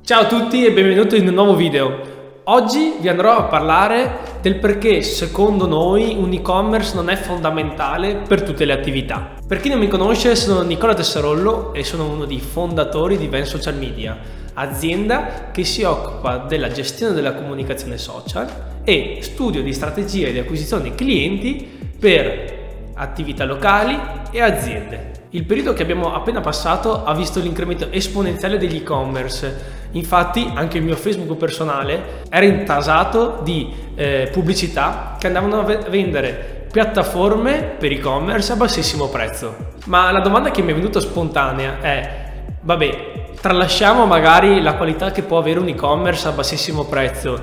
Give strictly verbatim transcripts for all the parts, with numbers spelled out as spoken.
Ciao a tutti e benvenuti in un nuovo video. Oggi vi andrò a parlare del perché secondo noi un e-commerce non è fondamentale per tutte le attività. Per chi non mi conosce, sono Nicola Tessarollo e sono uno dei fondatori di Ven Social Media, azienda che si occupa della gestione della comunicazione social e studio di strategie di acquisizione clienti per attività locali e aziende. Il periodo che abbiamo appena passato ha visto l'incremento esponenziale degli e-commerce. Infatti anche il mio Facebook personale era intasato di eh, pubblicità che andavano a vendere piattaforme per e-commerce a bassissimo prezzo. Ma la domanda che mi è venuta spontanea è: vabbè, tralasciamo magari la qualità che può avere un e-commerce a bassissimo prezzo,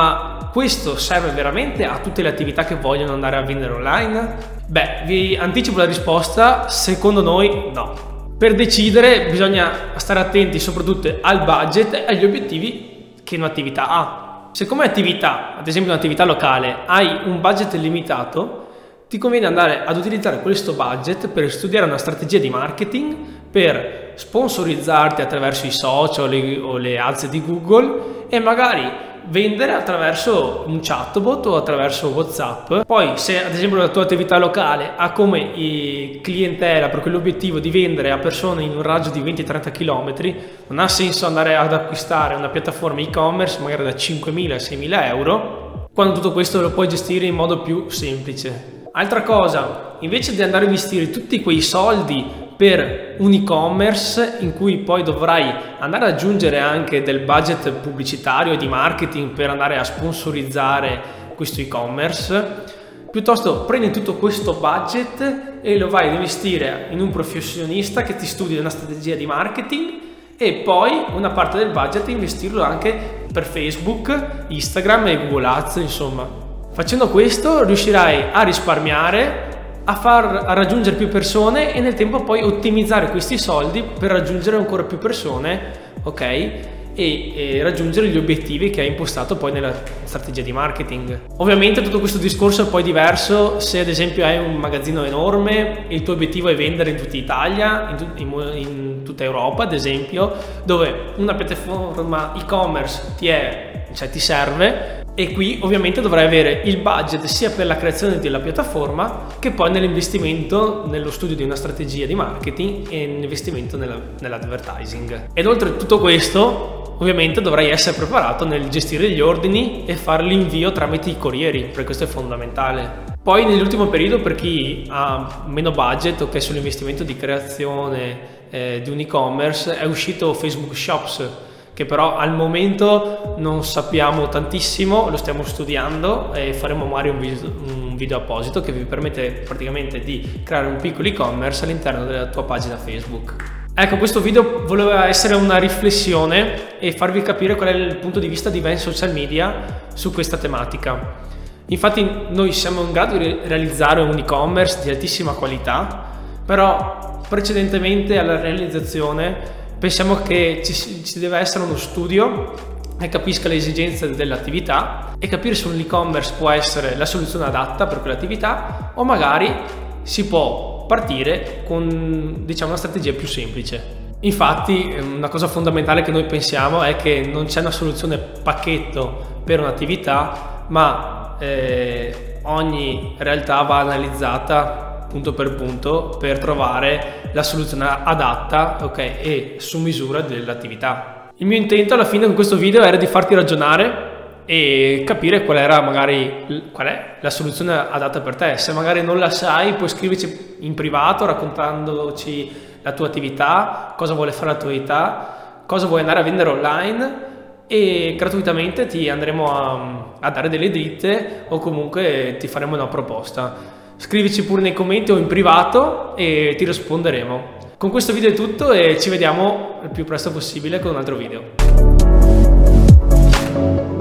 ma questo serve veramente a tutte le attività che vogliono andare a vendere online? Beh, vi anticipo la risposta: secondo noi no. Per decidere bisogna stare attenti soprattutto al budget e agli obiettivi che un'attività ha. Se come attività, ad esempio un'attività locale, hai un budget limitato, ti conviene andare ad utilizzare questo budget per studiare una strategia di marketing, per sponsorizzarti attraverso i social o le ads di Google e magari vendere attraverso un chatbot o attraverso WhatsApp. Poi se ad esempio la tua attività locale ha come clientela per quell'obiettivo di vendere a persone in un raggio di venti trenta chilometri, non ha senso andare ad acquistare una piattaforma e-commerce magari da cinquemila a seimila euro, quando tutto questo lo puoi gestire in modo più semplice. Altra cosa, invece di andare a investire tutti quei soldi per un e-commerce in cui poi dovrai andare ad aggiungere anche del budget pubblicitario e di marketing per andare a sponsorizzare questo e-commerce, piuttosto prendi tutto questo budget e lo vai ad investire in un professionista che ti studi una strategia di marketing e poi una parte del budget investirlo anche per Facebook, Instagram e Google Ads, insomma. Facendo questo riuscirai a risparmiare, a far a raggiungere più persone e nel tempo poi ottimizzare questi soldi per raggiungere ancora più persone, ok? E, e raggiungere gli obiettivi che hai impostato poi nella strategia di marketing. Ovviamente tutto questo discorso è poi diverso se ad esempio hai un magazzino enorme e il tuo obiettivo è vendere in tutta Italia, in, tut- in, in tutta Europa ad esempio, dove una piattaforma e-commerce ti, è, cioè ti serve. E qui ovviamente dovrai avere il budget sia per la creazione della piattaforma che poi nell'investimento nello studio di una strategia di marketing e nell'investimento nella, nell'advertising. Ed oltre a tutto questo ovviamente dovrai essere preparato nel gestire gli ordini e fare l'invio tramite i corrieri, perché questo è fondamentale. Poi nell'ultimo periodo, per chi ha meno budget, ok, sull'investimento di creazione eh, di un e-commerce, è uscito Facebook Shops, che però al momento non sappiamo tantissimo, lo stiamo studiando e faremo magari un video, un video apposito che vi permette praticamente di creare un piccolo e-commerce all'interno della tua pagina Facebook. Ecco, questo video voleva essere una riflessione e farvi capire qual è il punto di vista di Ven Social Media su questa tematica. Infatti noi siamo in grado di realizzare un e-commerce di altissima qualità, però precedentemente alla realizzazione pensiamo che ci, ci deve essere uno studio che capisca le esigenze dell'attività e capire se un e-commerce può essere la soluzione adatta per quell'attività o magari si può partire con, diciamo, una strategia più semplice. Infatti una cosa fondamentale che noi pensiamo è che non c'è una soluzione pacchetto per un'attività, ma eh, ogni realtà va analizzata punto per punto per trovare la soluzione adatta, ok, e su misura dell'attività. Il mio intento alla fine con questo video era di farti ragionare e capire qual era magari qual è la soluzione adatta per te. Se magari non la sai, puoi scriverci in privato raccontandoci la tua attività, cosa vuole fare la tua attività, cosa vuoi andare a vendere online e gratuitamente ti andremo a, a dare delle dritte o comunque ti faremo una proposta. Scrivici pure nei commenti o in privato e ti risponderemo. Con questo video è tutto e ci vediamo il più presto possibile con un altro video.